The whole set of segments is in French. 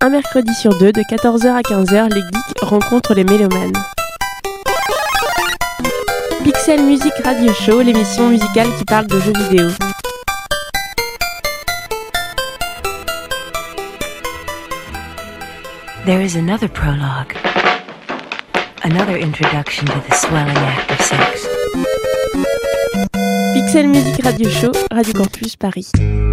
Un mercredi sur deux, de 14h à 15h, les geeks rencontrent les mélomanes. Pixel Music Radio Show, l'émission musicale qui parle de jeux vidéo. There is another prologue. Another introduction to the swelling act of sex. Pixel Music Radio Show, Radio Campus Paris.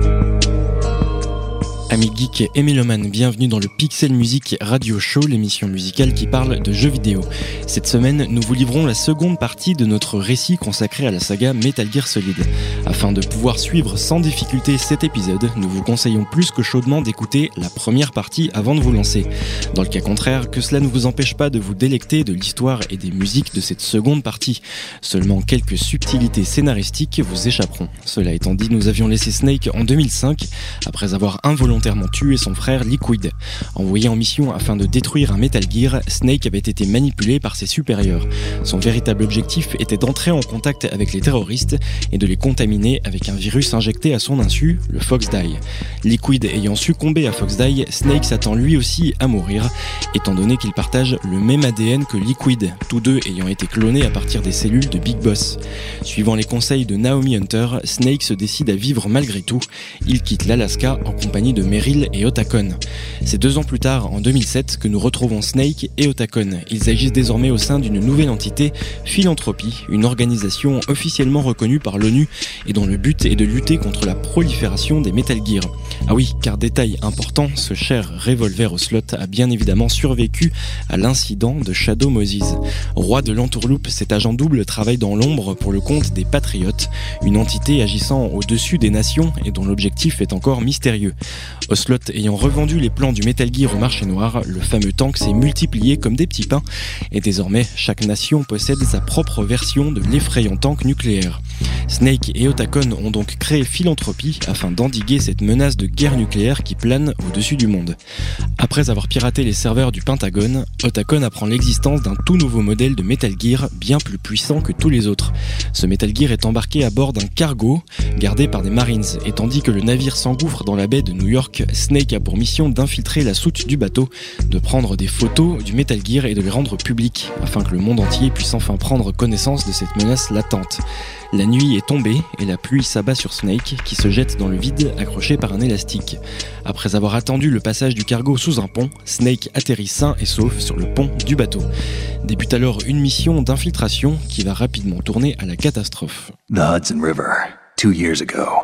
Amis geeks et mélomanes, bienvenue dans le Pixel Music Radio Show, l'émission musicale qui parle de jeux vidéo. Cette semaine, nous vous livrons la seconde partie de notre récit consacré à la saga Metal Gear Solid. Afin de pouvoir suivre sans difficulté cet épisode, nous vous conseillons plus que chaudement d'écouter la première partie avant de vous lancer. Dans le cas contraire, que cela ne vous empêche pas de vous délecter de l'histoire et des musiques de cette seconde partie. Seulement quelques subtilités scénaristiques vous échapperont. Cela étant dit, nous avions laissé Snake en 2005, après avoir involontairement tué son frère Liquid. Envoyé en mission afin de détruire un Metal Gear, Snake avait été manipulé par ses supérieurs. Son véritable objectif était d'entrer en contact avec les terroristes et de les contaminer avec un virus injecté à son insu, le Fox Die. Liquid ayant succombé à Fox Die, Snake s'attend lui aussi à mourir, étant donné qu'ils partagent le même ADN que Liquid, tous deux ayant été clonés à partir des cellules de Big Boss. Suivant les conseils de Naomi Hunter, Snake se décide à vivre malgré tout. Il quitte l'Alaska en compagnie de Meryl et Otacon. C'est 2 ans plus tard, en 2007, que nous retrouvons Snake et Otacon. Ils agissent désormais au sein d'une nouvelle entité, Philanthropy, une organisation officiellement reconnue par l'ONU et dont le but est de lutter contre la prolifération des Metal Gear. Ah oui, car détail important, ce cher revolver au slot a bien évidemment survécu à l'incident de Shadow Moses. Roi de l'entourloupe, cet agent double travaille dans l'ombre pour le compte des Patriotes, une entité agissant au-dessus des nations et dont l'objectif est encore mystérieux. Ocelot ayant revendu les plans du Metal Gear au marché noir, le fameux tank s'est multiplié comme des petits pains et désormais chaque nation possède sa propre version de l'effrayant tank nucléaire. Snake et Otacon ont donc créé Philanthropy afin d'endiguer cette menace de guerre nucléaire qui plane au-dessus du monde. Après avoir piraté les serveurs du Pentagone, Otacon apprend l'existence d'un tout nouveau modèle de Metal Gear bien plus puissant que tous les autres. Ce Metal Gear est embarqué à bord d'un cargo gardé par des Marines et tandis que le navire s'engouffre dans la baie de New York, Snake a pour mission d'infiltrer la soute du bateau, de prendre des photos du Metal Gear et de les rendre publiques, afin que le monde entier puisse enfin prendre connaissance de cette menace latente. La nuit est tombée et la pluie s'abat sur Snake qui se jette dans le vide accroché par un élastique. Après avoir attendu le passage du cargo sous un pont, Snake atterrit sain et sauf sur le pont du bateau. Débute alors une mission d'infiltration qui va rapidement tourner à la catastrophe. The Hudson River, 2 years ago.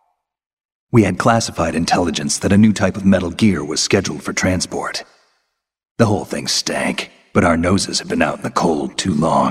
We had classified intelligence that a new type of Metal Gear was scheduled for transport. The whole thing stank, but our noses have been out in the cold too long.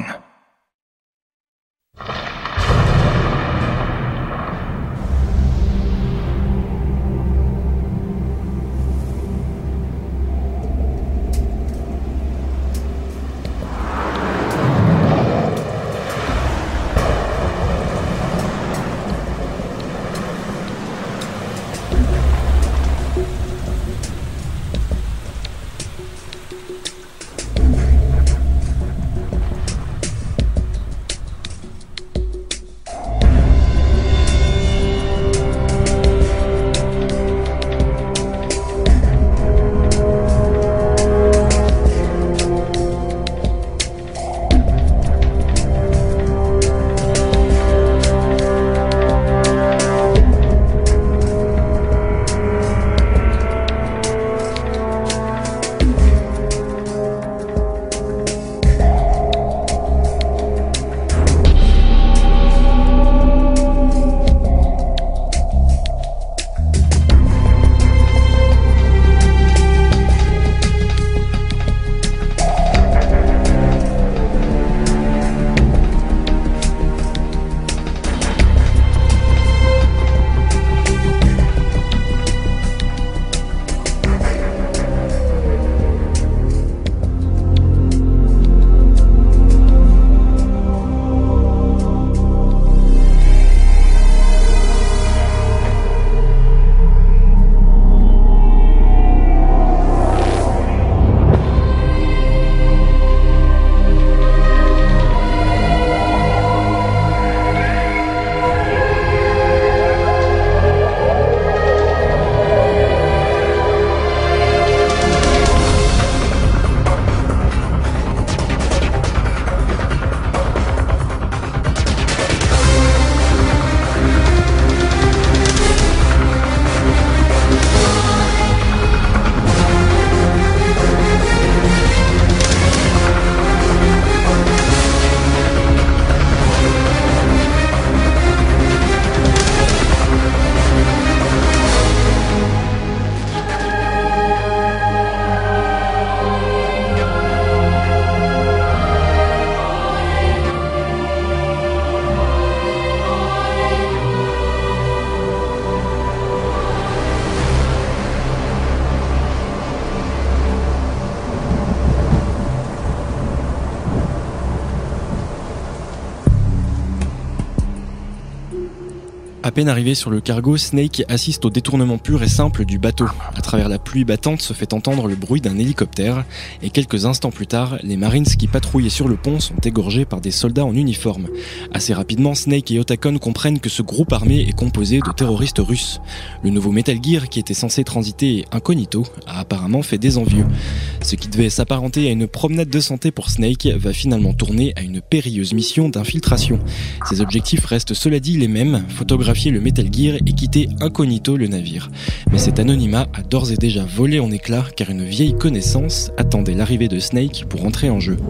À peine arrivé sur le cargo, Snake assiste au détournement pur et simple du bateau. À travers la pluie battante se fait entendre le bruit d'un hélicoptère et quelques instants plus tard, les Marines qui patrouillaient sur le pont sont égorgés par des soldats en uniforme. Assez rapidement, Snake et Otacon comprennent que ce groupe armé est composé de terroristes russes. Le nouveau Metal Gear, qui était censé transiter incognito, a apparemment fait des envieux. Ce qui devait s'apparenter à une promenade de santé pour Snake va finalement tourner à une périlleuse mission d'infiltration. Ses objectifs restent cela dit les mêmes, photographier le Metal Gear et quitter incognito le navire. Mais cet anonymat a d'ores et déjà volé en éclats car une vieille connaissance attendait l'arrivée de Snake pour entrer en jeu.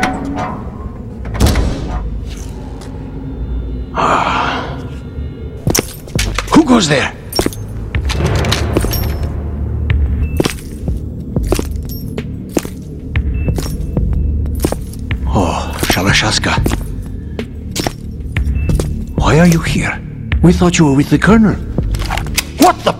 Who goes there? Oh, Shalashaska. Why are you here? We thought you were with the Colonel. What the?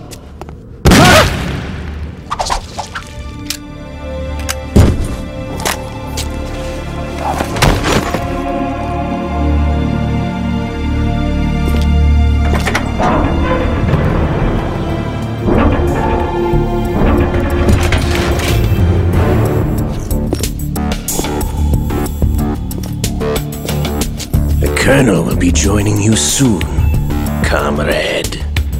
The Colonel will be joining you soon, comrade.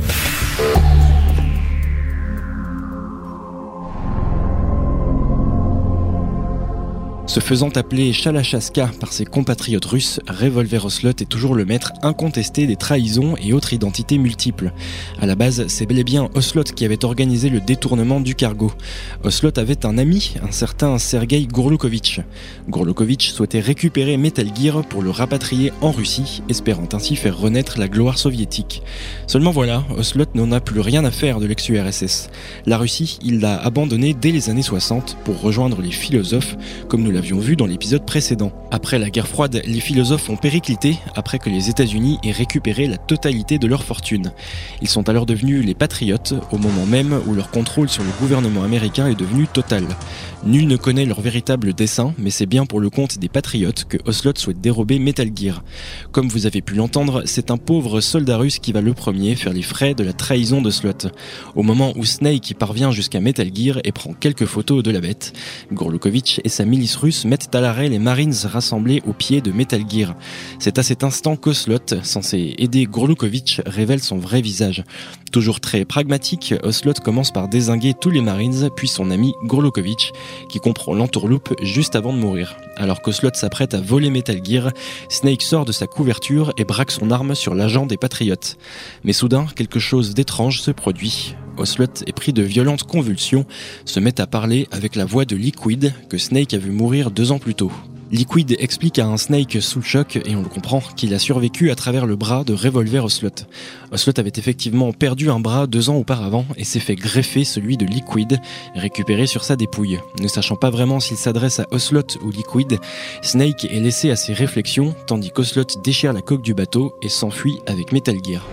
Se faisant appeler Shalashaska par ses compatriotes russes, Revolver Ocelot est toujours le maître incontesté des trahisons et autres identités multiples. À la base, c'est bel et bien Ocelot qui avait organisé le détournement du cargo. Ocelot avait un ami, un certain Sergei Gourloukovitch. Gourloukovitch souhaitait récupérer Metal Gear pour le rapatrier en Russie, espérant ainsi faire renaître la gloire soviétique. Seulement voilà, Ocelot n'en a plus rien à faire de l'ex-URSS. La Russie, il l'a abandonnée dès les années 60 pour rejoindre les philosophes, comme nous l'avions vu dans l'épisode précédent. Après la guerre froide, les philosophes ont périclité après que les États-Unis aient récupéré la totalité de leur fortune. Ils sont alors devenus les patriotes au moment même où leur contrôle sur le gouvernement américain est devenu total. Nul ne connaît leur véritable dessein, mais c'est bien pour le compte des patriotes que Ocelot souhaite dérober Metal Gear. Comme vous avez pu l'entendre, c'est un pauvre soldat russe qui va le premier faire les frais de la trahison d'Ocelot. Au moment où Snake parvient jusqu'à Metal Gear et prend quelques photos de la bête, Gourloukovitch et sa milice russe mettent à l'arrêt les Marines rassemblés au pied de Metal Gear. C'est à cet instant qu'Ocelot, censé aider Gourloukovitch, révèle son vrai visage. Toujours très pragmatique, Ocelot commence par dézinguer tous les Marines, puis son ami Gourloukovitch, qui comprend l'entourloupe juste avant de mourir. Alors qu'Ocelot s'apprête à voler Metal Gear, Snake sort de sa couverture et braque son arme sur l'agent des Patriotes. Mais soudain, quelque chose d'étrange se produit. Ocelot est pris de violentes convulsions, se met à parler avec la voix de Liquid, que Snake a vu mourir 2 ans plus tôt. Liquid explique à un Snake sous le choc, et on le comprend, qu'il a survécu à travers le bras de Revolver Ocelot. Ocelot avait effectivement perdu un bras 2 ans auparavant et s'est fait greffer celui de Liquid, récupéré sur sa dépouille. Ne sachant pas vraiment s'il s'adresse à Ocelot ou Liquid, Snake est laissé à ses réflexions, tandis qu'Ocelot déchire la coque du bateau et s'enfuit avec Metal Gear.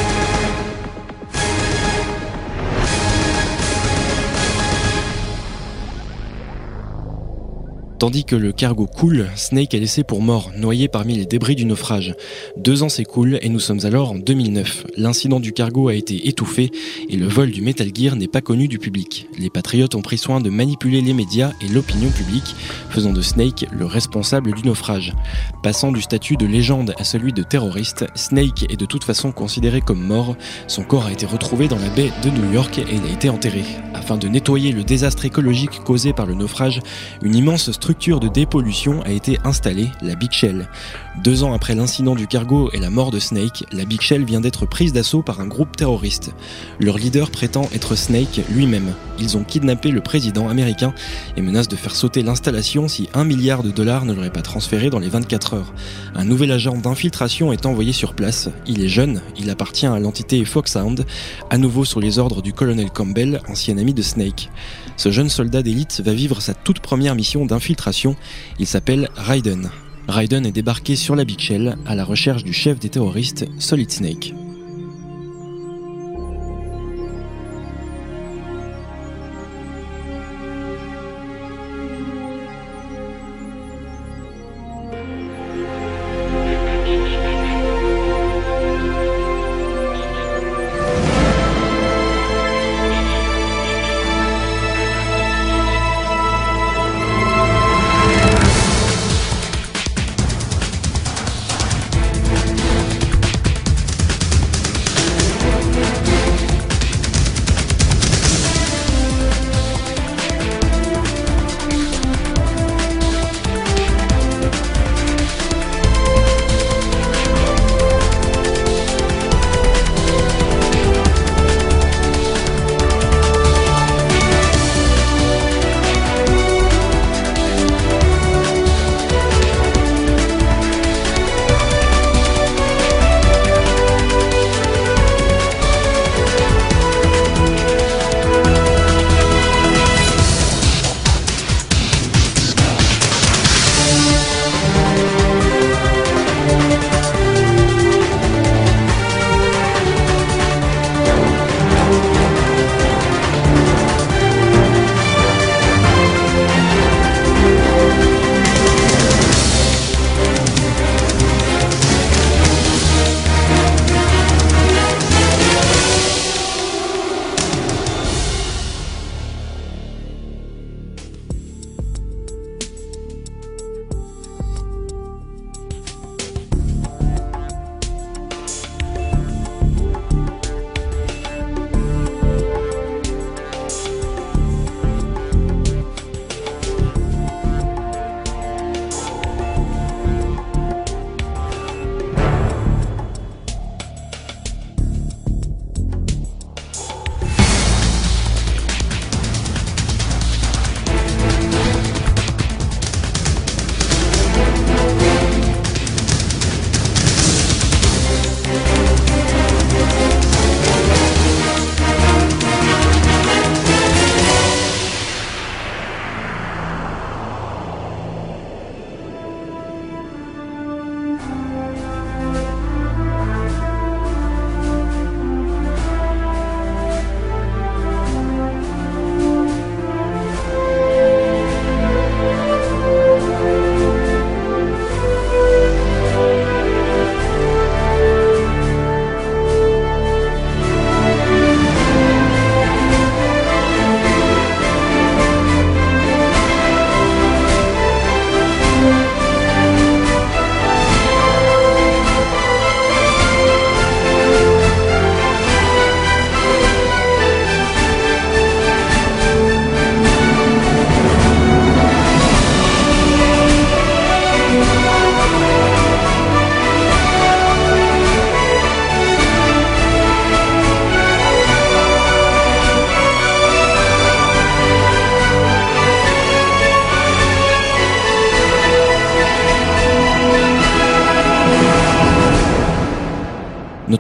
Tandis que le cargo coule, Snake est laissé pour mort, noyé parmi les débris du naufrage. 2 ans s'écoulent et nous sommes alors en 2009. L'incident du cargo a été étouffé et le vol du Metal Gear n'est pas connu du public. Les patriotes ont pris soin de manipuler les médias et l'opinion publique, faisant de Snake le responsable du naufrage. Passant du statut de légende à celui de terroriste, Snake est de toute façon considéré comme mort. Son corps a été retrouvé dans la baie de New York et il a été enterré. Afin de nettoyer le désastre écologique causé par le naufrage, une immense structure de dépollution a été installée, la Big Shell. 2 ans après l'incident du cargo et la mort de Snake, la Big Shell vient d'être prise d'assaut par un groupe terroriste. Leur leader prétend être Snake lui-même. Ils ont kidnappé le président américain et menacent de faire sauter l'installation si $1 milliard ne leur est pas transféré dans les 24 heures. Un nouvel agent d'infiltration est envoyé sur place. Il est jeune, il appartient à l'entité Foxhound, à nouveau sous les ordres du colonel Campbell, ancien ami de Snake. Ce jeune soldat d'élite va vivre sa toute première mission d'infiltration. Il s'appelle Raiden. Raiden est débarqué sur la Big Shell à la recherche du chef des terroristes, Solid Snake.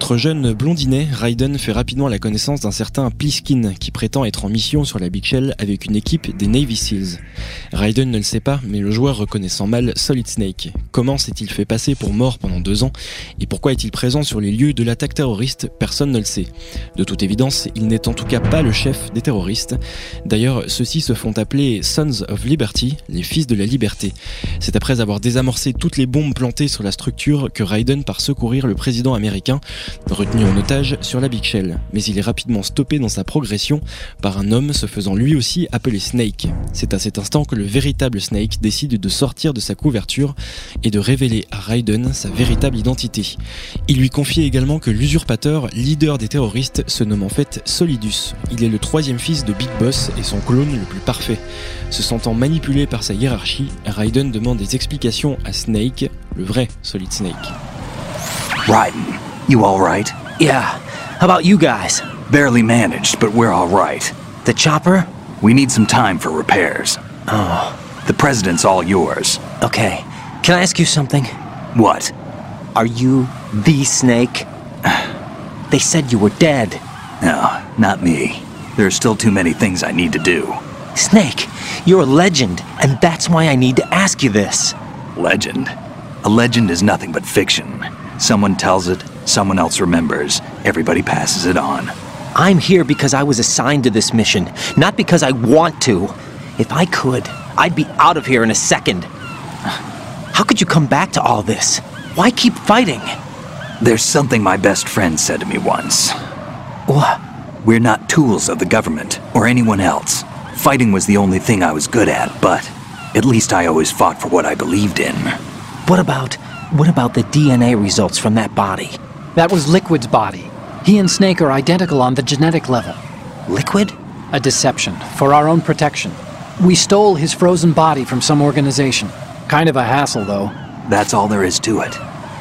Notre jeune blondinet, Raiden, fait rapidement la connaissance d'un certain Pliskin qui prétend être en mission sur la Big Shell avec une équipe des Navy Seals. Raiden ne le sait pas, mais le joueur reconnaissant mal Solid Snake. Comment s'est-il fait passer pour mort pendant 2 ans et pourquoi est-il présent sur les lieux de l'attaque terroriste? Personne ne le sait. De toute évidence, il n'est en tout cas pas le chef des terroristes. D'ailleurs, ceux-ci se font appeler Sons of Liberty, les fils de la liberté. C'est après avoir désamorcé toutes les bombes plantées sur la structure que Raiden part secourir le président américain, retenu en otage sur la Big Shell. Mais il est rapidement stoppé dans sa progression par un homme se faisant lui aussi appeler Snake. C'est à cet instant que le véritable Snake décide de sortir de sa couverture et de révéler à Raiden sa véritable identité. Il lui confie également que l'usurpateur, leader des terroristes, se nomme en fait Solidus. Il est le 3e fils de Big Boss et son clone le plus parfait. Se sentant manipulé par sa hiérarchie, Raiden demande des explications à Snake, le vrai Solid Snake. Raiden, you all right? Yeah. How about you guys? Barely managed, but we're all right. The chopper? We need some time for repairs. Oh, The president's all yours. okay. Can I ask you something? What? Are you the Snake? They said you were dead. No, not me. There are still too many things I need to do. Snake, you're a legend, and that's why I need to ask you this. Legend? A legend is nothing but fiction. Someone tells it, someone else remembers, everybody passes it on. I'm here because I was assigned to this mission, not because I want to. If I could, I'd be out of here in a second. How could you come back to all this? Why keep fighting? There's something my best friend said to me once. What? We're not tools of the government or anyone else. Fighting was the only thing I was good at, but at least I always fought for what I believed in. What about the DNA results from that body? That was Liquid's body. He and Snake are identical on the genetic level. Liquid? A deception, for our own protection. We stole his frozen body from some organization. Kind of a hassle, though. That's all there is to it.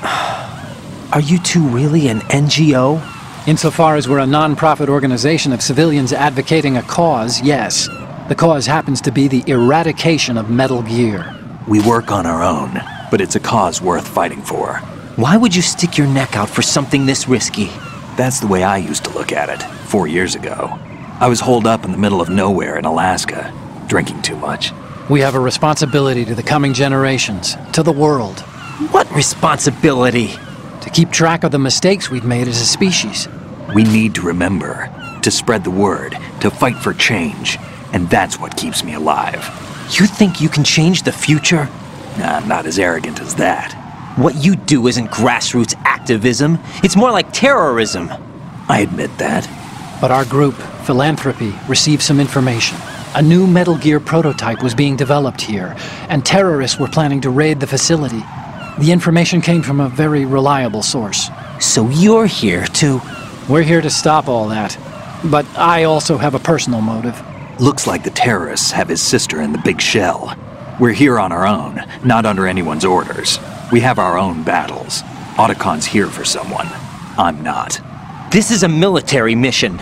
Are you two really an NGO? Insofar as we're a non-profit organization of civilians advocating a cause, yes. The cause happens to be the eradication of Metal Gear. We work on our own, but it's a cause worth fighting for. Why would you stick your neck out for something this risky? That's the way I used to look at it 4 years ago. I was holed up in the middle of nowhere in Alaska, drinking too much. We have a responsibility to the coming generations, to the world, What responsibility? to keep track of the mistakes we've made as a species. We need to remember, to spread the word, to fight for change, and that's what keeps me alive. You think you can change the future? I'm not as arrogant as that. What you do isn't grassroots activism. It's more like terrorism. I admit that. But our group, Philanthropy, received some information. A new Metal Gear prototype was being developed here, and terrorists were planning to raid the facility. The information came from a very reliable source. So you're here to... We're here to stop all that. But I also have a personal motive. Looks like the terrorists have his sister in the Big Shell. We're here on our own, not under anyone's orders. We have our own battles. Otacon's here for someone. I'm not. This is a military mission.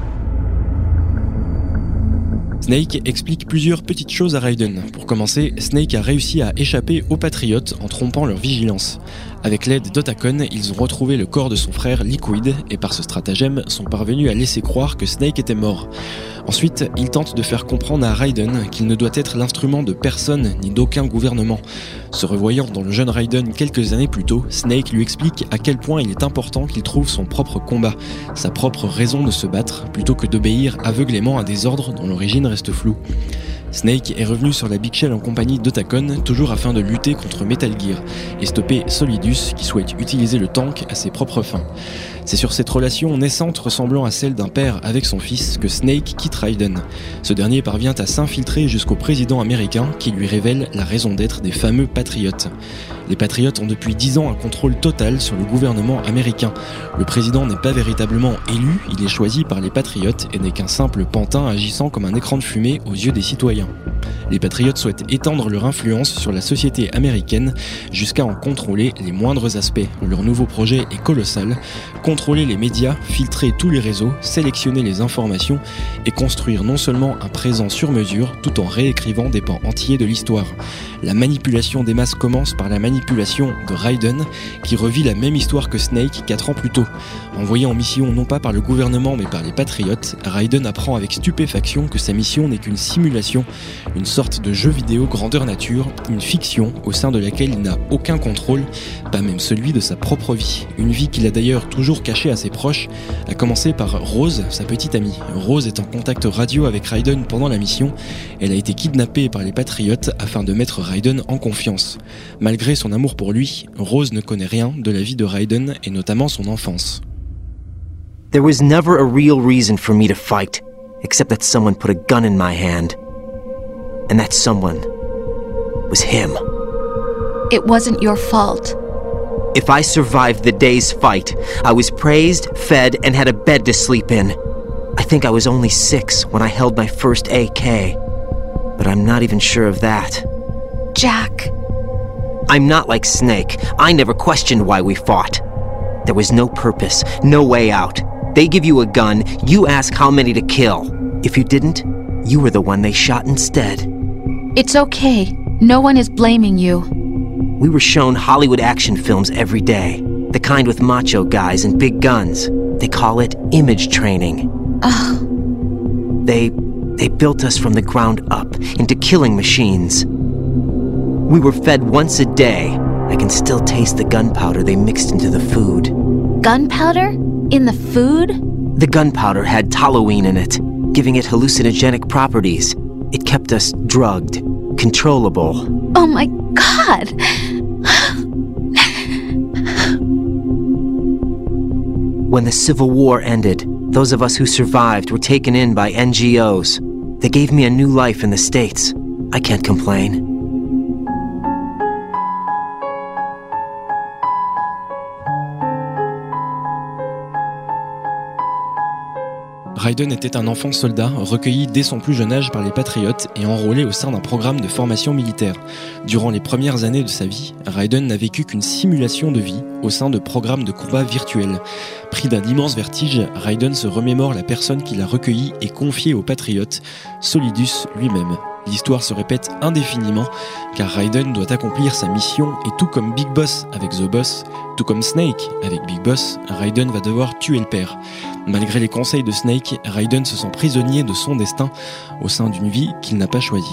Snake explique plusieurs petites choses à Raiden. Pour commencer, Snake a réussi à échapper aux Patriotes en trompant leur vigilance. Avec l'aide d'Otacon, ils ont retrouvé le corps de son frère Liquid et par ce stratagème sont parvenus à laisser croire que Snake était mort. Ensuite, ils tentent de faire comprendre à Raiden qu'il ne doit être l'instrument de personne ni d'aucun gouvernement. Se revoyant dans le jeune Raiden quelques années plus tôt, Snake lui explique à quel point il est important qu'il trouve son propre combat, sa propre raison de se battre, plutôt que d'obéir aveuglément à des ordres dont l'origine reste floue. Snake est revenu sur la Big Shell en compagnie d'Otacon, toujours afin de lutter contre Metal Gear et stopper Solidus qui souhaite utiliser le tank à ses propres fins. C'est sur cette relation naissante ressemblant à celle d'un père avec son fils que Snake quitte Raiden. Ce dernier parvient à s'infiltrer jusqu'au président américain qui lui révèle la raison d'être des fameux Patriotes. Les Patriotes ont depuis 10 ans un contrôle total sur le gouvernement américain. Le président n'est pas véritablement élu, il est choisi par les Patriotes et n'est qu'un simple pantin agissant comme un écran de fumée aux yeux des citoyens. Les Patriotes souhaitent étendre leur influence sur la société américaine jusqu'à en contrôler les moindres aspects. Leur nouveau projet est colossal. Contrôler les médias, filtrer tous les réseaux, sélectionner les informations et construire non seulement un présent sur mesure tout en réécrivant des pans entiers de l'histoire. La manipulation des masses commence par la manipulation de Raiden qui revit la même histoire que Snake 4 ans plus tôt. Envoyé en mission non pas par le gouvernement mais par les Patriotes, Raiden apprend avec stupéfaction que sa mission n'est qu'une simulation, une sorte de jeu vidéo grandeur nature, une fiction au sein de laquelle il n'a aucun contrôle, pas même celui de sa propre vie. Une vie qu'il a d'ailleurs toujours cachée à ses proches, à commencer par Rose, sa petite amie. Rose est en contact radio avec Raiden pendant la mission. Elle a été kidnappée par les Patriotes afin de mettre Raiden en confiance. Malgré son amour pour lui, Rose ne connaît rien de la vie de Raiden et notamment son enfance. There was never a real reason for me to fight, except that someone put a gun in my hand. And that someone was him. It wasn't your fault. If I survived the day's fight, I was praised, fed, and had a bed to sleep in. I think I was only 6 when I held my first AK. But I'm not even sure of that. Jack. I'm not like Snake. I never questioned why we fought. There was no purpose, no way out. They give you a gun, you ask how many to kill. If you didn't, you were the one they shot instead. It's okay. No one is blaming you. We were shown Hollywood action films every day. The kind with macho guys and big guns. They call it image training. Ugh. They built us from the ground up into killing machines. We were fed once a day. I can still taste the gunpowder they mixed into the food. Gunpowder? In the food? The gunpowder had toluene in it, giving it hallucinogenic properties. It kept us drugged, controllable. Oh my God! When the Civil War ended, those of us who survived were taken in by NGOs. They gave me a new life in the States. I can't complain. Raiden était un enfant soldat recueilli dès son plus jeune âge par les Patriotes et enrôlé au sein d'un programme de formation militaire. Durant les premières années de sa vie, Raiden n'a vécu qu'une simulation de vie au sein de programmes de combat virtuels. Pris d'un immense vertige, Raiden se remémore la personne qui l'a recueilli et confié aux Patriotes, Solidus lui-même. L'histoire se répète indéfiniment car Raiden doit accomplir sa mission et tout comme Big Boss avec The Boss, tout comme Snake avec Big Boss, Raiden va devoir tuer le père. Malgré les conseils de Snake, Raiden se sent prisonnier de son destin au sein d'une vie qu'il n'a pas choisie.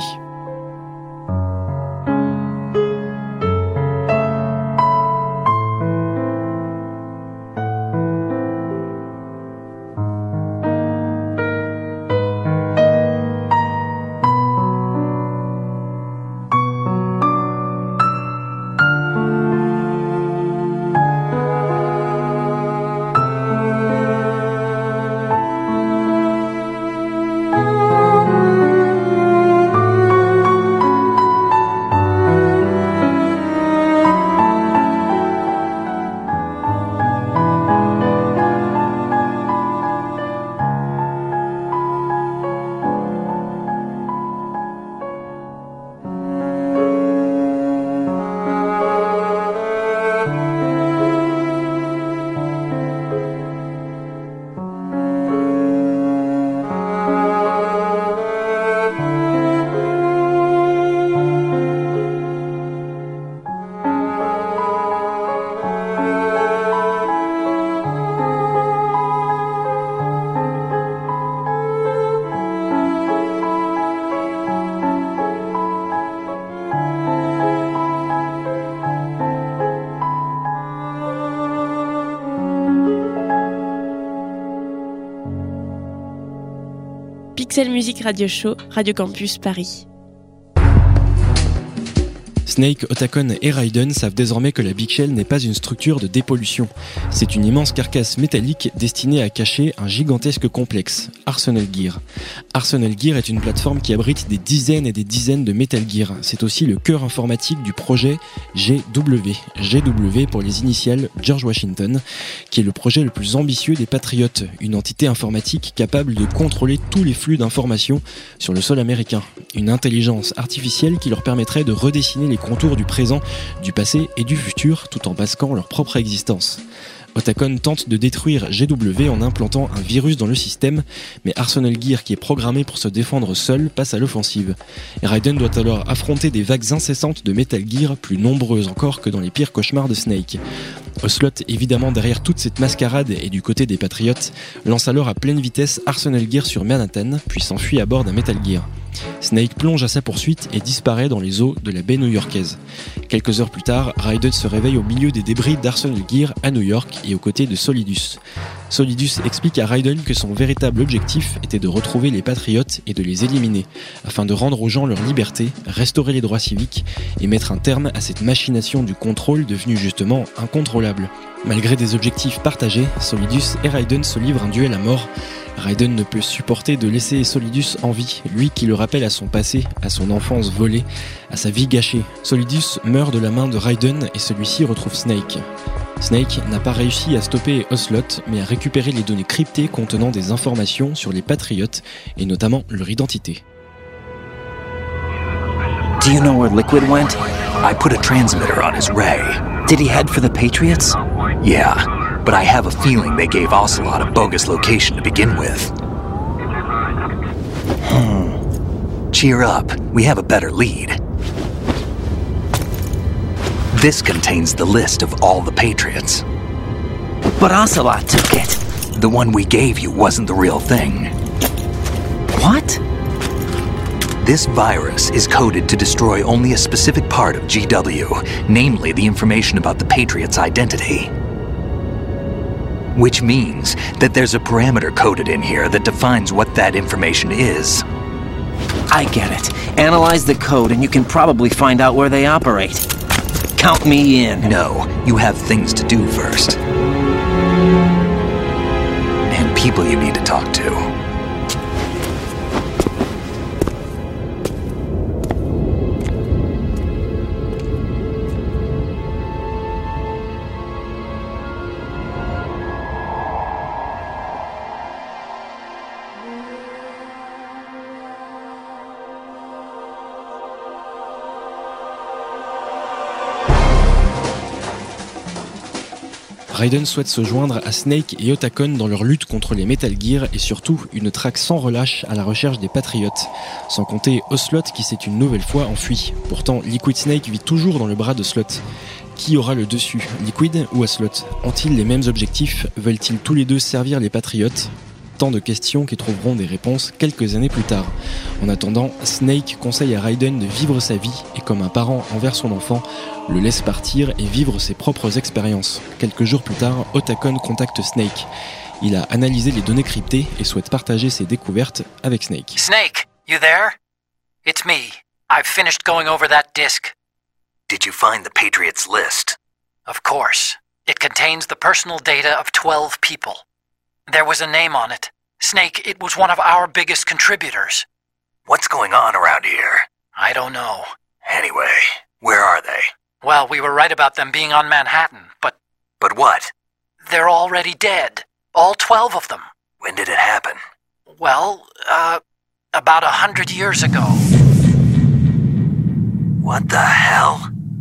Pixel Music Radio Show, Radio Campus Paris. Snake, Otacon et Raiden savent désormais que la Big Shell n'est pas une structure de dépollution. C'est une immense carcasse métallique destinée à cacher un gigantesque complexe, Arsenal Gear. Arsenal Gear est une plateforme qui abrite des dizaines et des dizaines de Metal Gear. C'est aussi le cœur informatique du projet GW. GW pour les initiales George Washington, qui est le projet le plus ambitieux des Patriotes, une entité informatique capable de contrôler tous les flux d'informations sur le sol américain. Une intelligence artificielle qui leur permettrait de redessiner les contours du présent, du passé et du futur tout en masquant leur propre existence. Otacon tente de détruire GW en implantant un virus dans le système, mais Arsenal Gear, qui est programmé pour se défendre seul, passe à l'offensive. Et Raiden doit alors affronter des vagues incessantes de Metal Gear, plus nombreuses encore que dans les pires cauchemars de Snake. Ocelot, évidemment derrière toute cette mascarade et du côté des Patriotes, lance alors à pleine vitesse Arsenal Gear sur Manhattan, puis s'enfuit à bord d'un Metal Gear. Snake plonge à sa poursuite et disparaît dans les eaux de la baie new-yorkaise. Quelques heures plus tard, Raiden se réveille au milieu des débris d'Arsenal Gear à New York et aux côtés de Solidus. Solidus explique à Raiden que son véritable objectif était de retrouver les Patriotes et de les éliminer, afin de rendre aux gens leur liberté, restaurer les droits civiques et mettre un terme à cette machination du contrôle devenue justement incontrôlable. Malgré des objectifs partagés, Solidus et Raiden se livrent un duel à mort. Raiden ne peut supporter de laisser Solidus en vie, lui qui le rappelle à son passé, à son enfance volée, à sa vie gâchée. Solidus meurt de la main de Raiden et celui-ci retrouve Snake. Snake n'a pas réussi à stopper Ocelot, mais à récupérer les données cryptées contenant des informations sur les Patriotes, et notamment leur identité. Do you know where Liquid went? I put a transmitter on his ray. Did he head for the Patriots? Yeah, but I have a feeling they gave Ocelot a bogus location to begin with. Cheer up, we have a better lead. This contains the list of all the Patriots. But Ocelot took it. The one we gave you wasn't the real thing. What? This virus is coded to destroy only a specific part of GW, namely the information about the Patriots' identity. Which means that there's a parameter coded in here that defines what that information is. I get it. Analyze the code and you can probably find out where they operate. Count me in. No, you have things to do first. And people you need to talk to. Raiden souhaite se joindre à Snake et Otacon dans leur lutte contre les Metal Gear et surtout une traque sans relâche à la recherche des Patriotes. Sans compter Ocelot qui s'est une nouvelle fois enfui. Pourtant, Liquid Snake vit toujours dans le bras d'Ocelot. Qui aura le dessus, Liquid ou Ocelot? Ont-ils les mêmes objectifs? Veulent-ils tous les deux servir les Patriotes? Tant de questions qui trouveront des réponses quelques années plus tard. En attendant, Snake conseille à Raiden de vivre sa vie et comme un parent envers son enfant, le laisse partir et vivre ses propres expériences. Quelques jours plus tard, Otacon contacte Snake. Il a analysé les données cryptées et souhaite partager ses découvertes avec Snake. Snake, you there? It's me. I've finished going over that disk. Did you find the Patriots list? Of course. It contains the personal data of 12 people. There was a name on it. Snake, it was one of our biggest contributors. What's going on around here? I don't know. Anyway, where are they? Well, we were right about them being on Manhattan, but... But what? They're already dead. All 12 of them. When did it happen? Well, about 100 years ago. What the hell?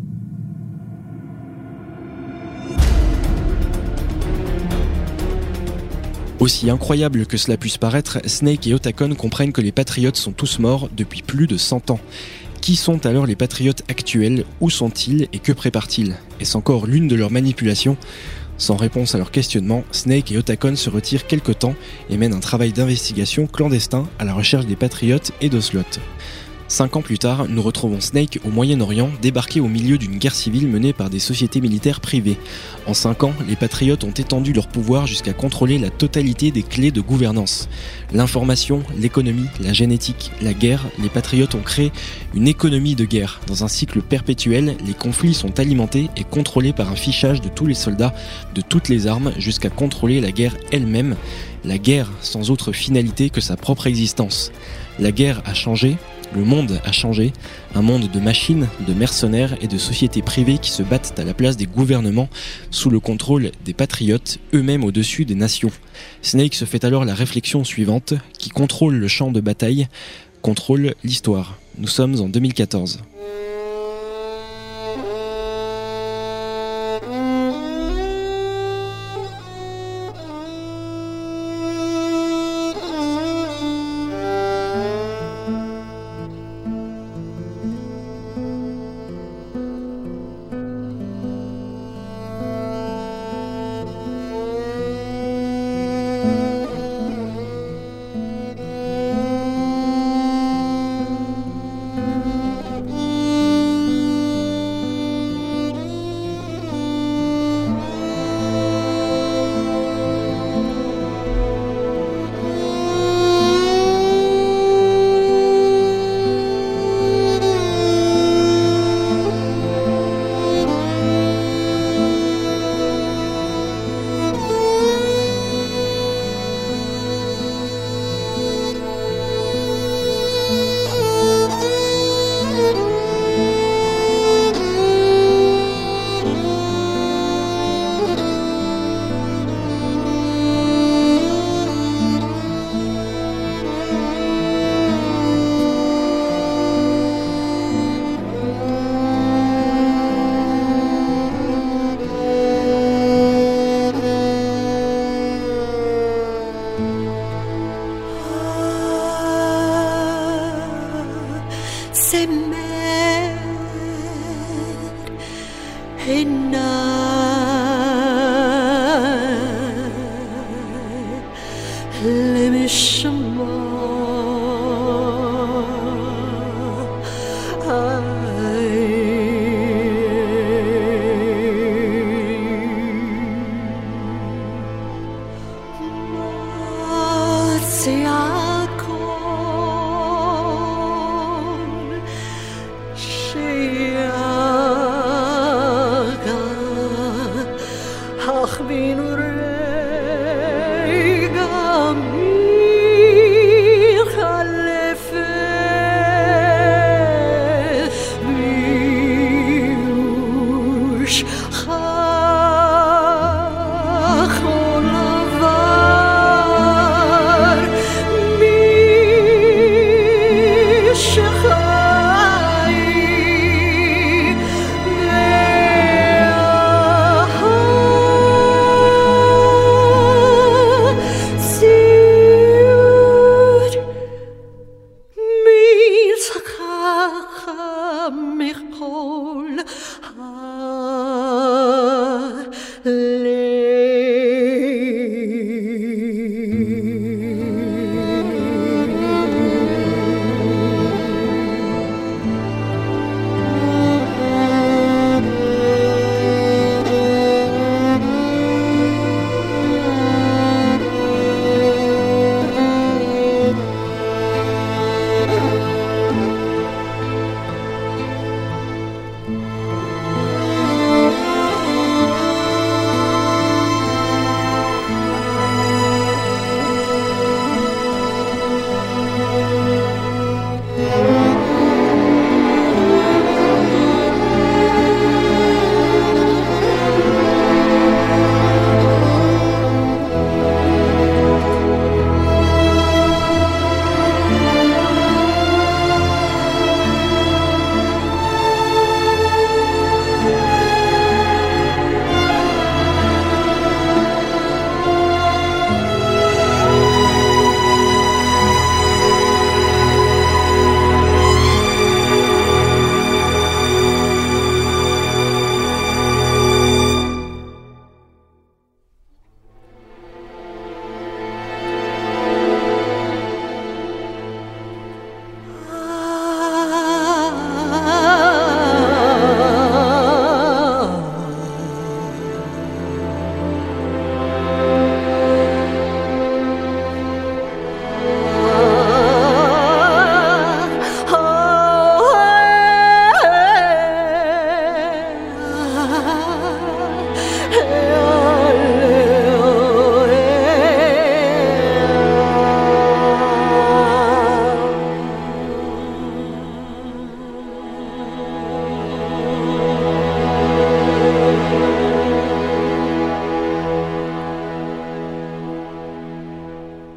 Aussi incroyable que cela puisse paraître, Snake et Otacon comprennent que les Patriotes sont tous morts depuis plus de 100 ans. Qui sont alors les Patriotes actuels? Où sont-ils et que préparent-ils? Est-ce encore l'une de leurs manipulations? Sans réponse à leur questionnement, Snake et Otacon se retirent quelque temps et mènent un travail d'investigation clandestin à la recherche des Patriotes et d'Ocelot. 5 ans plus tard, nous retrouvons Snake au Moyen-Orient, débarqué au milieu d'une guerre civile menée par des sociétés militaires privées. En 5 ans, les Patriotes ont étendu leur pouvoir jusqu'à contrôler la totalité des clés de gouvernance. L'information, l'économie, la génétique, la guerre, les Patriotes ont créé une économie de guerre. Dans un cycle perpétuel, les conflits sont alimentés et contrôlés par un fichage de tous les soldats, de toutes les armes, jusqu'à contrôler la guerre elle-même. La guerre sans autre finalité que sa propre existence. La guerre a changé. Le monde a changé, un monde de machines, de mercenaires et de sociétés privées qui se battent à la place des gouvernements sous le contrôle des patriotes, eux-mêmes au-dessus des nations. Snake se fait alors la réflexion suivante, qui contrôle le champ de bataille, contrôle l'histoire. Nous sommes en 2014.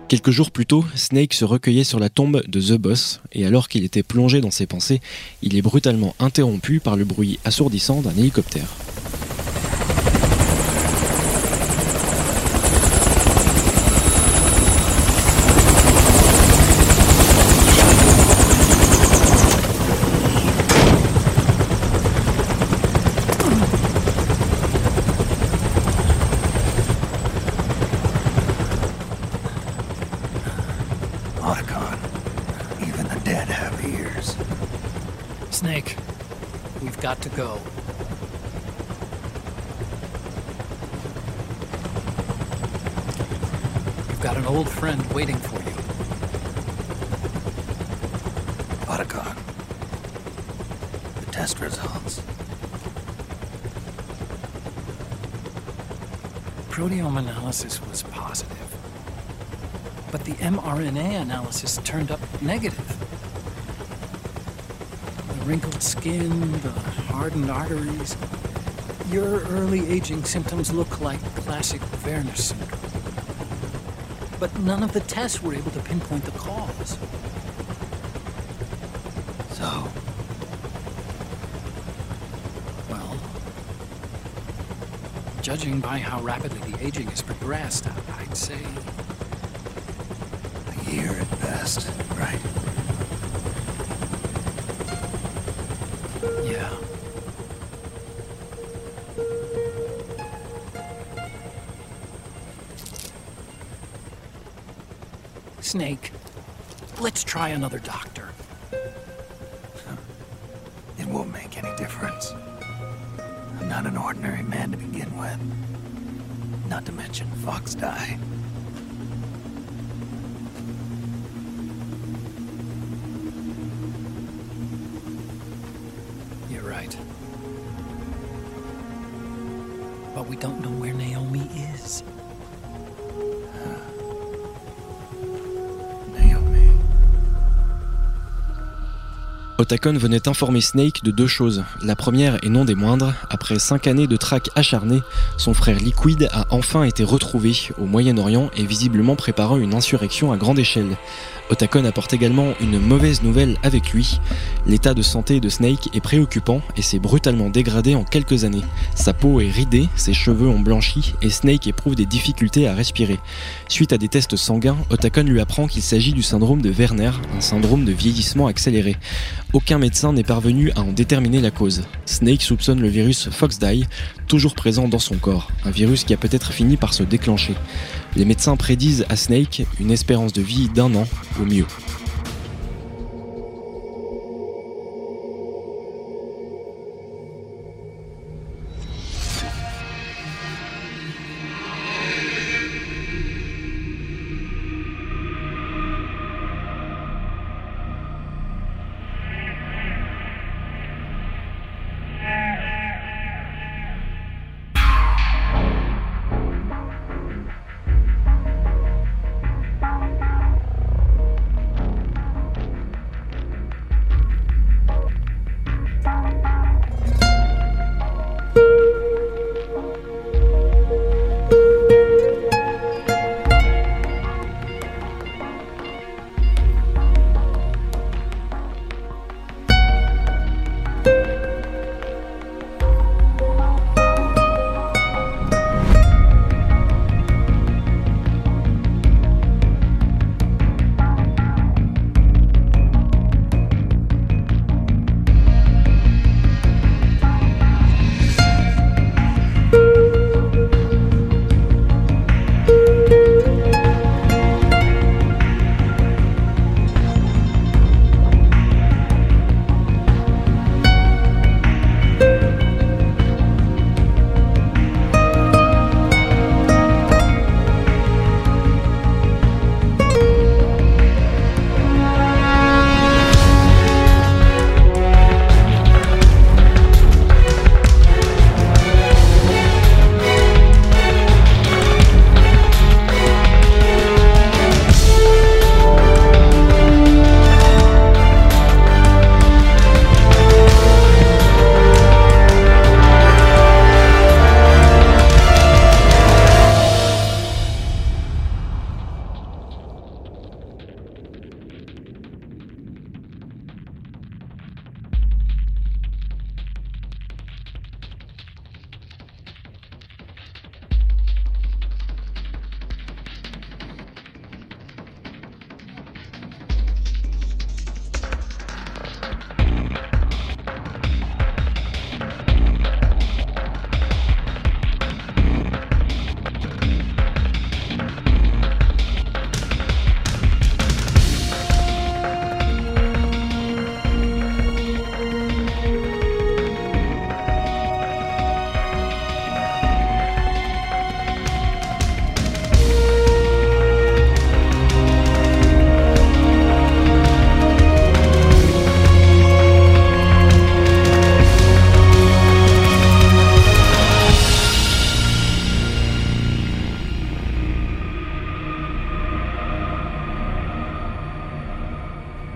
Quelques jours plus tôt, Snake se recueillait sur la tombe de The Boss, et alors qu'il était plongé dans ses pensées, il est brutalement interrompu par le bruit assourdissant d'un hélicoptère. Otacon, even the dead have ears. Snake, we've got to go. You've got an old friend waiting for you. Otacon, the test results. Proteome analysis was positive, but the mRNA analysis turned up negative. The wrinkled skin, the hardened arteries. Your early aging symptoms look like classic Werner syndrome. But none of the tests were able to pinpoint the cause. So, Well, judging by how rapidly the aging has progressed, I'd say a year at best, right? yeah. Snake, let's try another doctor. It won't make any difference. I'm not an ordinary man to begin with. Not to mention Fox died. You're right. But we don't know where Naomi is. Naomi. Otacon venait informer Snake de deux choses. La première, et non des moindres, après 5 années de traque acharnée, son frère Liquid a enfin été retrouvé au Moyen-Orient et visiblement préparant une insurrection à grande échelle. Otacon apporte également une mauvaise nouvelle avec lui. L'état de santé de Snake est préoccupant et s'est brutalement dégradé en quelques années. Sa peau est ridée, ses cheveux ont blanchi et Snake éprouve des difficultés à respirer. Suite à des tests sanguins, Otacon lui apprend qu'il s'agit du syndrome de Werner, un syndrome de vieillissement accéléré. Aucun médecin n'est parvenu à en déterminer la cause. Snake soupçonne le virus FoxDie, toujours présent dans son corps, un virus qui a peut-être fini par se déclencher. Les médecins prédisent à Snake une espérance de vie d'1 an au mieux.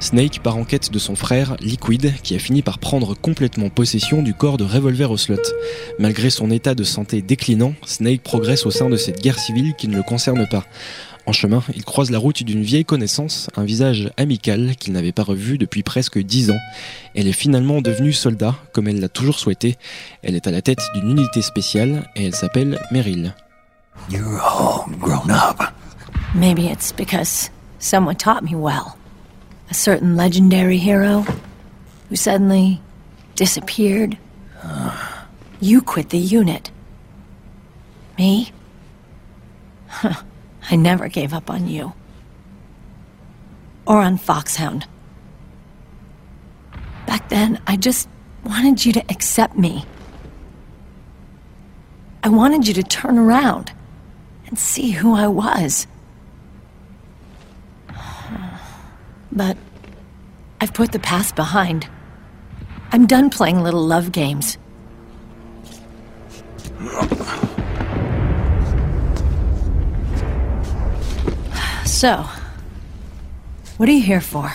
Snake part en quête de son frère, Liquid, qui a fini par prendre complètement possession du corps de Revolver Ocelot. Malgré son état de santé déclinant, Snake progresse au sein de cette guerre civile qui ne le concerne pas. En chemin, il croise la route d'une vieille connaissance, un visage amical qu'il n'avait pas revu depuis presque 10 ans. Elle est finalement devenue soldat, comme elle l'a toujours souhaité. Elle est à la tête d'une unité spéciale et elle s'appelle Meryl. You're all grown up. Maybe it's because someone taught me well. A certain legendary hero who suddenly disappeared. You quit the unit. Me? I never gave up on you. Or on Foxhound. Back then, I just wanted you to accept me. I wanted you to turn around and see who I was. But I've put the past behind. I'm done playing little love games. So, what are you here for?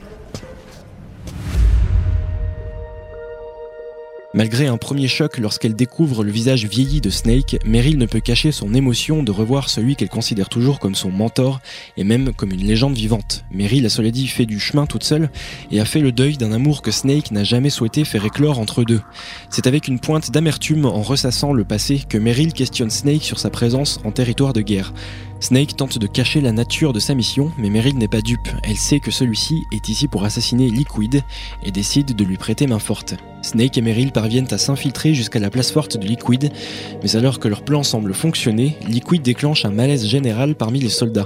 Malgré un premier choc lorsqu'elle découvre le visage vieilli de Snake, Meryl ne peut cacher son émotion de revoir celui qu'elle considère toujours comme son mentor et même comme une légende vivante. Meryl a cela dit fait du chemin toute seule et a fait le deuil d'un amour que Snake n'a jamais souhaité faire éclore entre eux deux. C'est avec une pointe d'amertume en ressassant le passé que Meryl questionne Snake sur sa présence en territoire de guerre. Snake tente de cacher la nature de sa mission, mais Meryl n'est pas dupe. Elle sait que celui-ci est ici pour assassiner Liquid et décide de lui prêter main forte. Snake et Meryl parviennent à s'infiltrer jusqu'à la place forte de Liquid, mais alors que leur plan semble fonctionner, Liquid déclenche un malaise général parmi les soldats.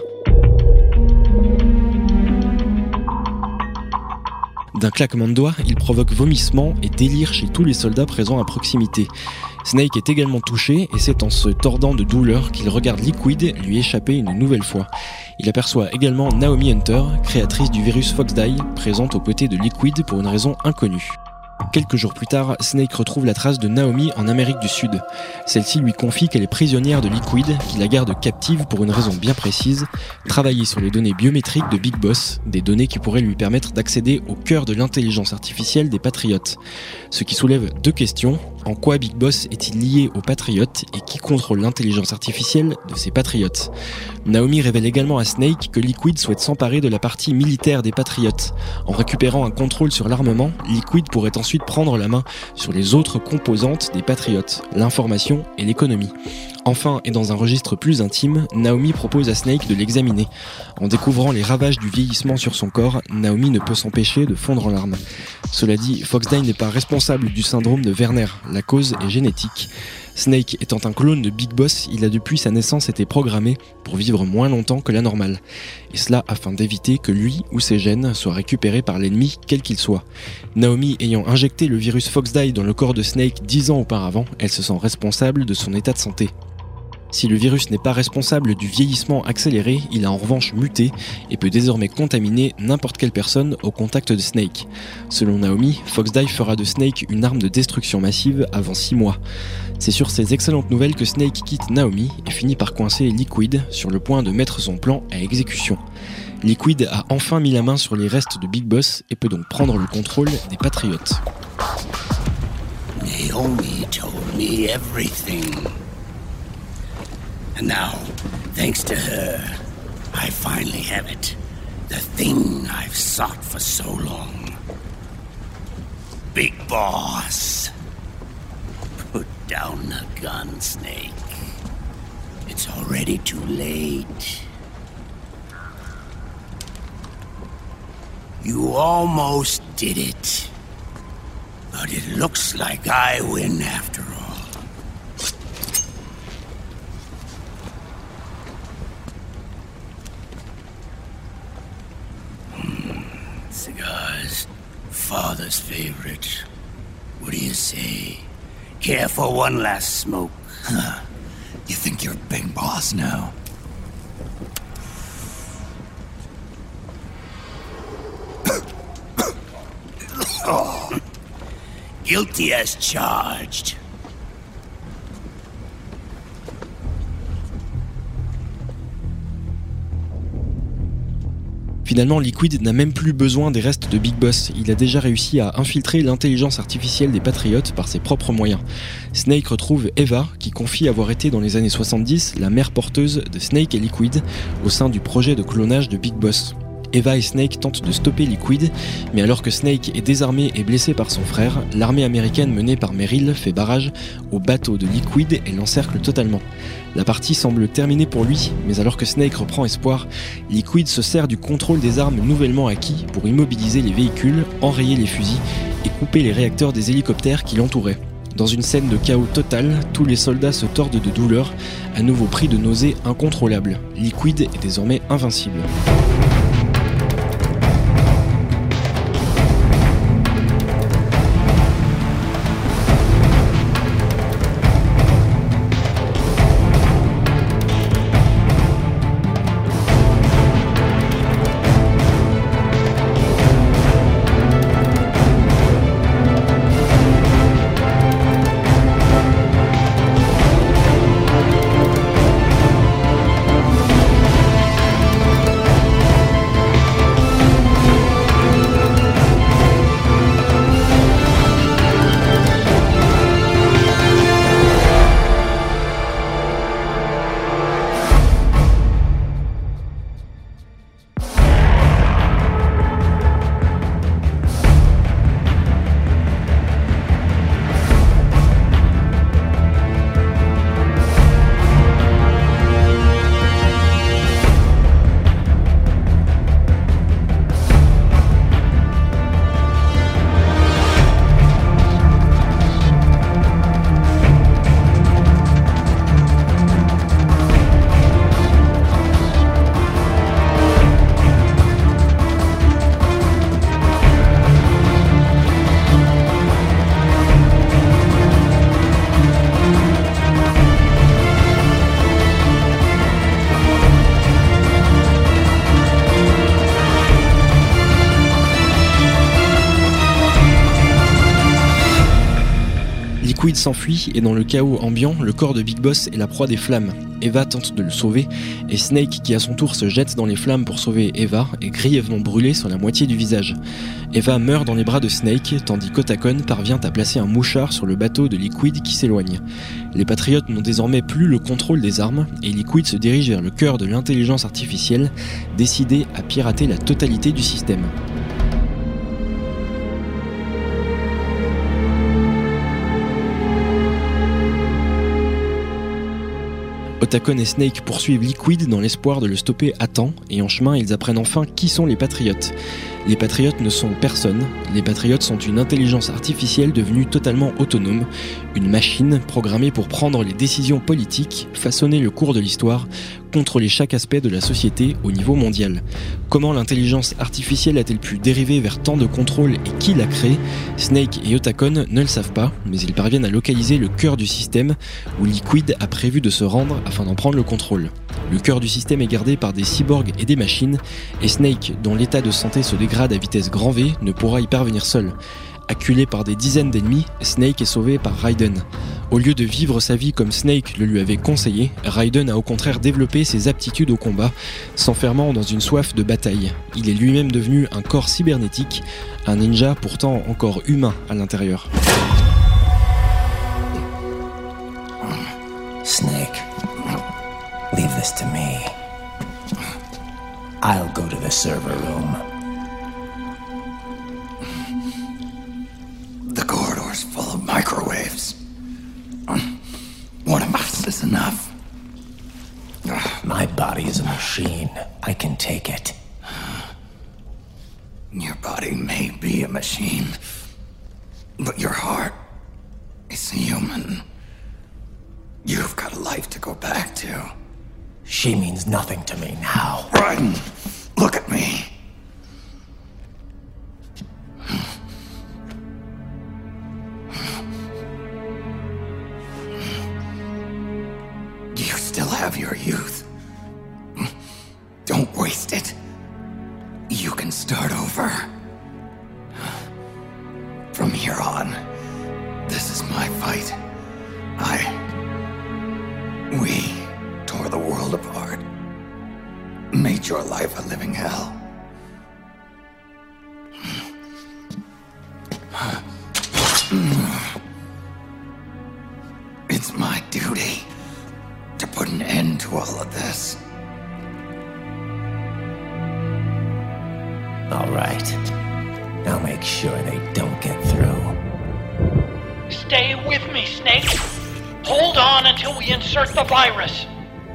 D'un claquement de doigts, il provoque vomissement et délire chez tous les soldats présents à proximité. Snake est également touché et c'est en se tordant de douleur qu'il regarde Liquid lui échapper une nouvelle fois. Il aperçoit également Naomi Hunter, créatrice du virus Foxdie, présente aux côtés de Liquid pour une raison inconnue. Quelques jours plus tard, Snake retrouve la trace de Naomi en Amérique du Sud. Celle-ci lui confie qu'elle est prisonnière de Liquid, qui la garde captive pour une raison bien précise, travailler sur les données biométriques de Big Boss, des données qui pourraient lui permettre d'accéder au cœur de l'intelligence artificielle des Patriotes. Ce qui soulève deux questions. En quoi Big Boss est-il lié aux Patriotes et qui contrôle l'intelligence artificielle de ces Patriotes ? Naomi révèle également à Snake que Liquid souhaite s'emparer de la partie militaire des Patriotes. En récupérant un contrôle sur l'armement, Liquid pourrait ensuite prendre la main sur les autres composantes des Patriotes, l'information et l'économie. Enfin, et dans un registre plus intime, Naomi propose à Snake de l'examiner. En découvrant les ravages du vieillissement sur son corps, Naomi ne peut s'empêcher de fondre en larmes. Cela dit, Foxdie n'est pas responsable du syndrome de Werner, la cause est génétique. Snake étant un clone de Big Boss, il a depuis sa naissance été programmé pour vivre moins longtemps que la normale. Et cela afin d'éviter que lui ou ses gènes soient récupérés par l'ennemi, quel qu'il soit. Naomi ayant injecté le virus Foxdie dans le corps de Snake 10 ans auparavant, elle se sent responsable de son état de santé. Si le virus n'est pas responsable du vieillissement accéléré, il a en revanche muté et peut désormais contaminer n'importe quelle personne au contact de Snake. Selon Naomi, Foxdie fera de Snake une arme de destruction massive avant 6 mois. C'est sur ces excellentes nouvelles que Snake quitte Naomi et finit par coincer Liquid sur le point de mettre son plan à exécution. Liquid a enfin mis la main sur les restes de Big Boss et peut donc prendre le contrôle des Patriotes. Naomi told me everything. And now, thanks to her, I finally have it. The thing I've sought for so long. Big Boss. Put down the gun, Snake. It's already too late. You almost did it. But it looks like I win after all. Cigars, father's favorite. What do you say? Care for one last smoke? Huh. You think you're Big Boss now? Guilty as charged. Finalement, Liquid n'a même plus besoin des restes de Big Boss. Il a déjà réussi à infiltrer l'intelligence artificielle des Patriotes par ses propres moyens. Snake retrouve Eva, qui confie avoir été dans les années 70 la mère porteuse de Snake et Liquid au sein du projet de clonage de Big Boss. Eva et Snake tentent de stopper Liquid, mais alors que Snake est désarmé et blessé par son frère, l'armée américaine menée par Merrill fait barrage au bateau de Liquid et l'encercle totalement. La partie semble terminée pour lui, mais alors que Snake reprend espoir, Liquid se sert du contrôle des armes nouvellement acquis pour immobiliser les véhicules, enrayer les fusils et couper les réacteurs des hélicoptères qui l'entouraient. Dans une scène de chaos total, tous les soldats se tordent de douleur, à nouveau pris de nausées incontrôlables. Liquid est désormais invincible. Liquid s'enfuit et dans le chaos ambiant, le corps de Big Boss est la proie des flammes. Eva tente de le sauver et Snake, qui à son tour se jette dans les flammes pour sauver Eva, est grièvement brûlé sur la moitié du visage. Eva meurt dans les bras de Snake, tandis qu'Otacon parvient à placer un mouchard sur le bateau de Liquid qui s'éloigne. Les Patriotes n'ont désormais plus le contrôle des armes et Liquid se dirige vers le cœur de l'intelligence artificielle, décidé à pirater la totalité du système. Otacon et Snake poursuivent Liquid dans l'espoir de le stopper à temps, et en chemin ils apprennent enfin qui sont les Patriotes. Les Patriotes ne sont personne, les Patriotes sont une intelligence artificielle devenue totalement autonome, une machine programmée pour prendre les décisions politiques, façonner le cours de l'histoire, contrôler chaque aspect de la société au niveau mondial. Comment l'intelligence artificielle a-t-elle pu dériver vers tant de contrôle et qui l'a créé ? Snake et Otacon ne le savent pas, mais ils parviennent à localiser le cœur du système où Liquid a prévu de se rendre afin d'en prendre le contrôle. Le cœur du système est gardé par des cyborgs et des machines, et Snake, dont l'état de santé se dégrade à vitesse grand V, ne pourra y parvenir seul. Acculé par des dizaines d'ennemis, Snake est sauvé par Raiden. Au lieu de vivre sa vie comme Snake le lui avait conseillé, Raiden a au contraire développé ses aptitudes au combat, s'enfermant dans une soif de bataille. Il est lui-même devenu un corps cybernétique, un ninja pourtant encore humain à l'intérieur. Snake, leave this to me. I'll go to the server room. The corridor's full of microwaves. One of us is enough. My body is a machine. I can take it. Your body may be a machine, but your heart is human. You've got a life to go back to. She means nothing to me now. Raiden, look at me. You still have your youth. Don't waste it. You can start over. From here on, this is my fight. We tore the world apart. Made your life a living hell. All right. I'll make sure they don't get through. Stay with me, Snake. Hold on until we insert the virus.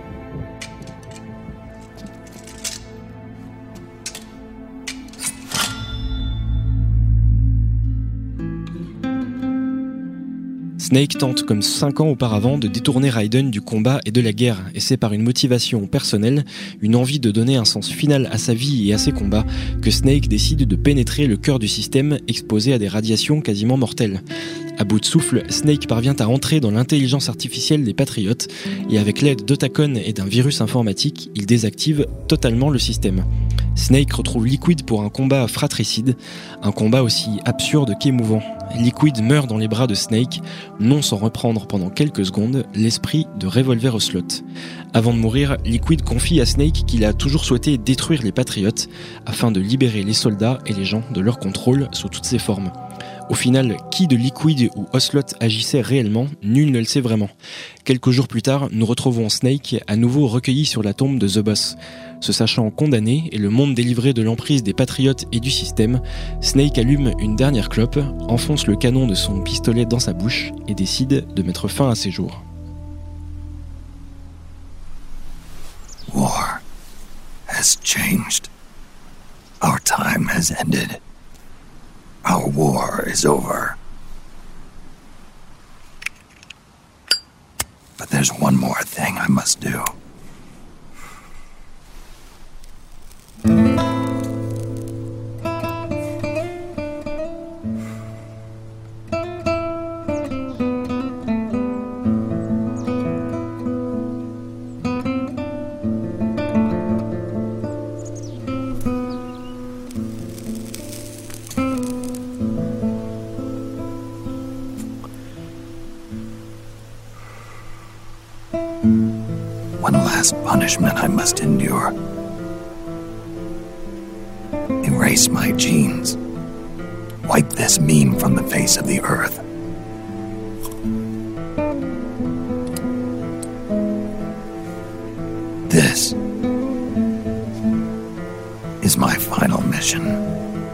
Snake tente, comme 5 ans auparavant, de détourner Raiden du combat et de la guerre, et c'est par une motivation personnelle, une envie de donner un sens final à sa vie et à ses combats, que Snake décide de pénétrer le cœur du système, exposé à des radiations quasiment mortelles. À bout de souffle, Snake parvient à entrer dans l'intelligence artificielle des Patriotes, et avec l'aide d'Otacon et d'un virus informatique, il désactive totalement le système. Snake retrouve Liquid pour un combat fratricide, un combat aussi absurde qu'émouvant. Liquid meurt dans les bras de Snake, non sans reprendre pendant quelques secondes l'esprit de Revolver Ocelot. Avant de mourir, Liquid confie à Snake qu'il a toujours souhaité détruire les Patriotes afin de libérer les soldats et les gens de leur contrôle sous toutes ses formes. Au final, qui de Liquid ou Ocelot agissait réellement, nul ne le sait vraiment. Quelques jours plus tard, nous retrouvons Snake à nouveau recueilli sur la tombe de The Boss. Se sachant condamné et le monde délivré de l'emprise des Patriotes et du système, Snake allume une dernière clope, enfonce le canon de son pistolet dans sa bouche et décide de mettre fin à ses jours. War has changed. Our time has ended. Our war is over. But there's one more thing I must do. One last punishment I must endure. Erase my genes. Wipe this meme from the face of the earth. This is my final mission.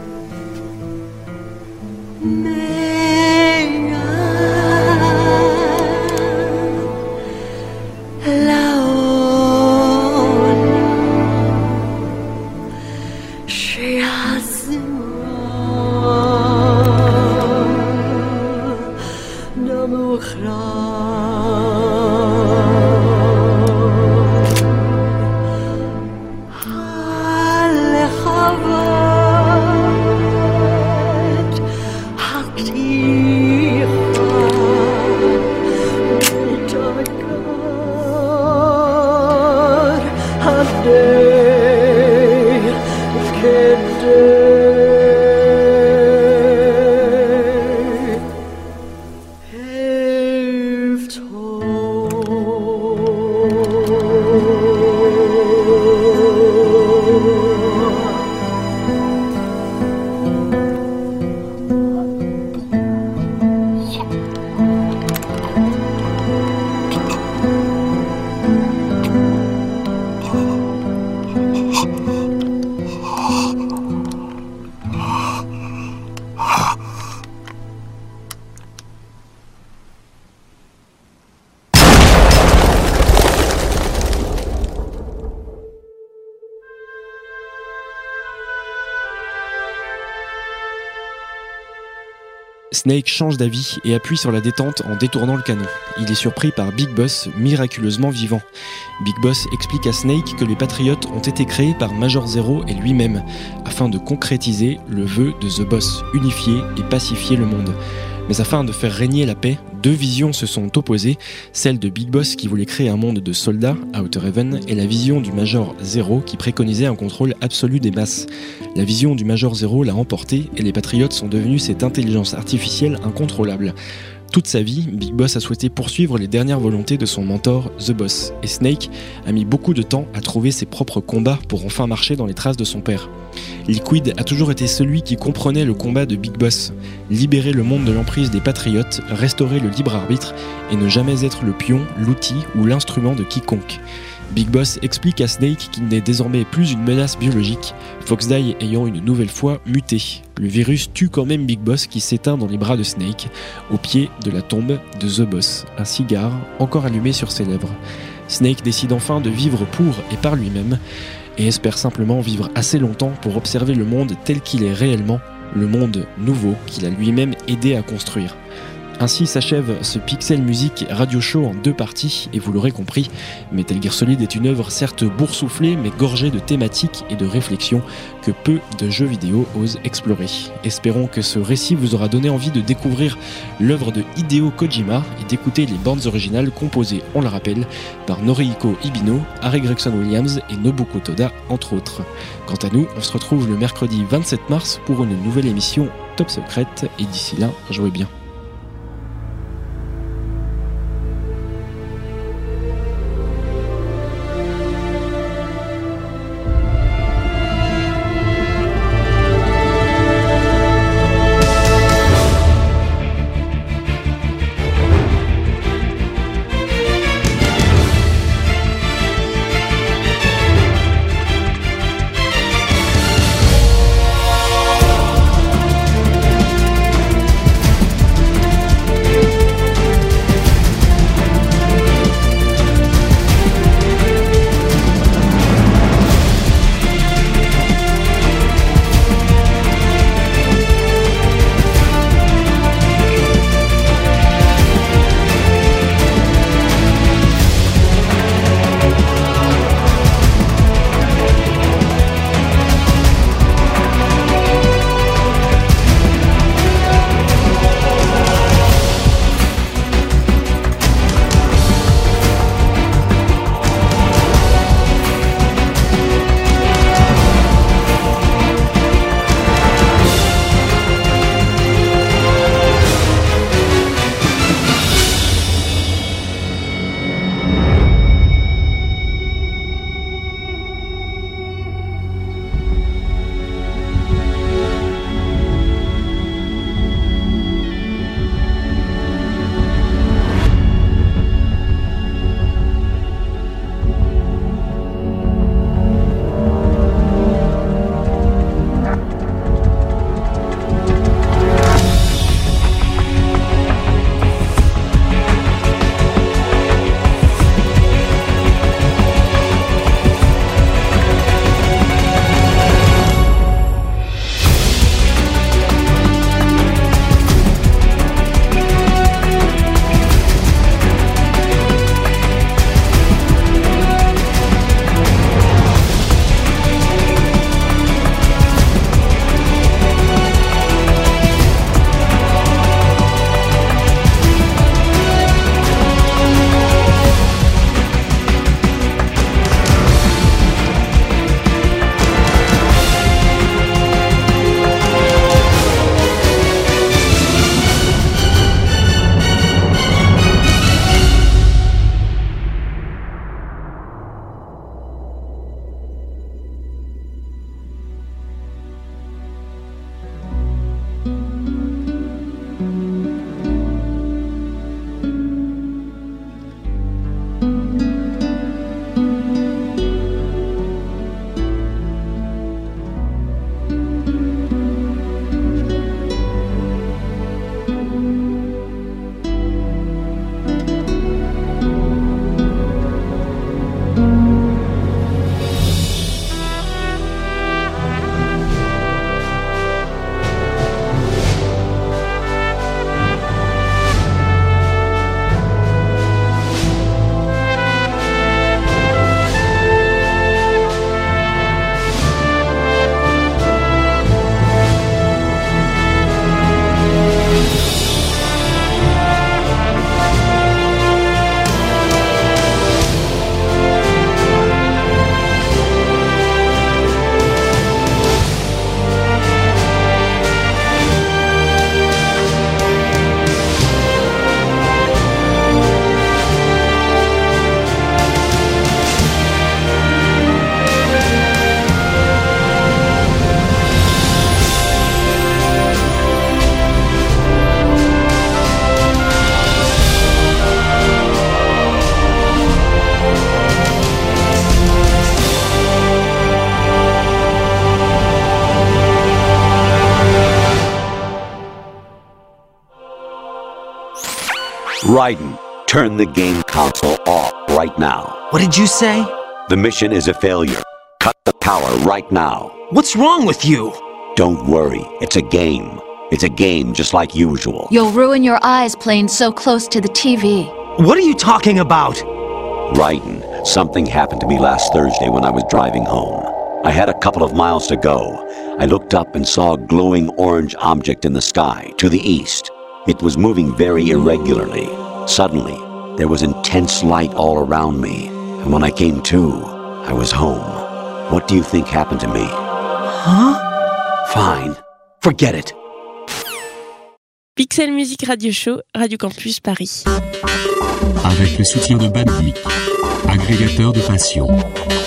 Snake change d'avis et appuie sur la détente en détournant le canon. Il est surpris par Big Boss, miraculeusement vivant. Big Boss explique à Snake que les Patriotes ont été créés par Major Zero et lui-même, afin de concrétiser le vœu de The Boss, unifier et pacifier le monde. Mais afin de faire régner la paix, deux visions se sont opposées, celle de Big Boss qui voulait créer un monde de soldats, Outer Heaven, et la vision du Major Zero qui préconisait un contrôle absolu des masses. La vision du Major Zero l'a emporté et les Patriotes sont devenus cette intelligence artificielle incontrôlable. Toute sa vie, Big Boss a souhaité poursuivre les dernières volontés de son mentor, The Boss, et Snake a mis beaucoup de temps à trouver ses propres combats pour enfin marcher dans les traces de son père. Liquid a toujours été celui qui comprenait le combat de Big Boss, libérer le monde de l'emprise des Patriotes, restaurer le libre arbitre et ne jamais être le pion, l'outil ou l'instrument de quiconque. Big Boss explique à Snake qu'il n'est désormais plus une menace biologique, Foxdie ayant une nouvelle fois muté. Le virus tue quand même Big Boss qui s'éteint dans les bras de Snake, au pied de la tombe de The Boss, un cigare encore allumé sur ses lèvres. Snake décide enfin de vivre pour et par lui-même, et espère simplement vivre assez longtemps pour observer le monde tel qu'il est réellement, le monde nouveau qu'il a lui-même aidé à construire. Ainsi s'achève ce Pixel Music Radio Show en 2 parties, et vous l'aurez compris, Metal Gear Solid est une œuvre certes boursouflée, mais gorgée de thématiques et de réflexions que peu de jeux vidéo osent explorer. Espérons que ce récit vous aura donné envie de découvrir l'œuvre de Hideo Kojima et d'écouter les bandes originales composées, on le rappelle, par Norihiko Ibino, Harry Gregson Williams et Nobuko Toda, entre autres. Quant à nous, on se retrouve le mercredi 27 mars pour une nouvelle émission Top Secrète, et d'ici là, jouez bien. Raiden, turn the game console off right now. What did you say? The mission is a failure. Cut the power right now. What's wrong with you? Don't worry, it's a game. It's a game just like usual. You'll ruin your eyes playing so close to the TV. What are you talking about? Raiden, something happened to me last Thursday when I was driving home. I had a couple of miles to go. I looked up and saw a glowing orange object in the sky, to the east. It was moving very irregularly. Suddenly, there was intense light all around me. And when I came to, I was home. What do you think happened to me? Huh? Fine. Forget it. Pixel Music Radio Show, Radio Campus Paris. Avec le soutien de Bandic, agrégateur de passion.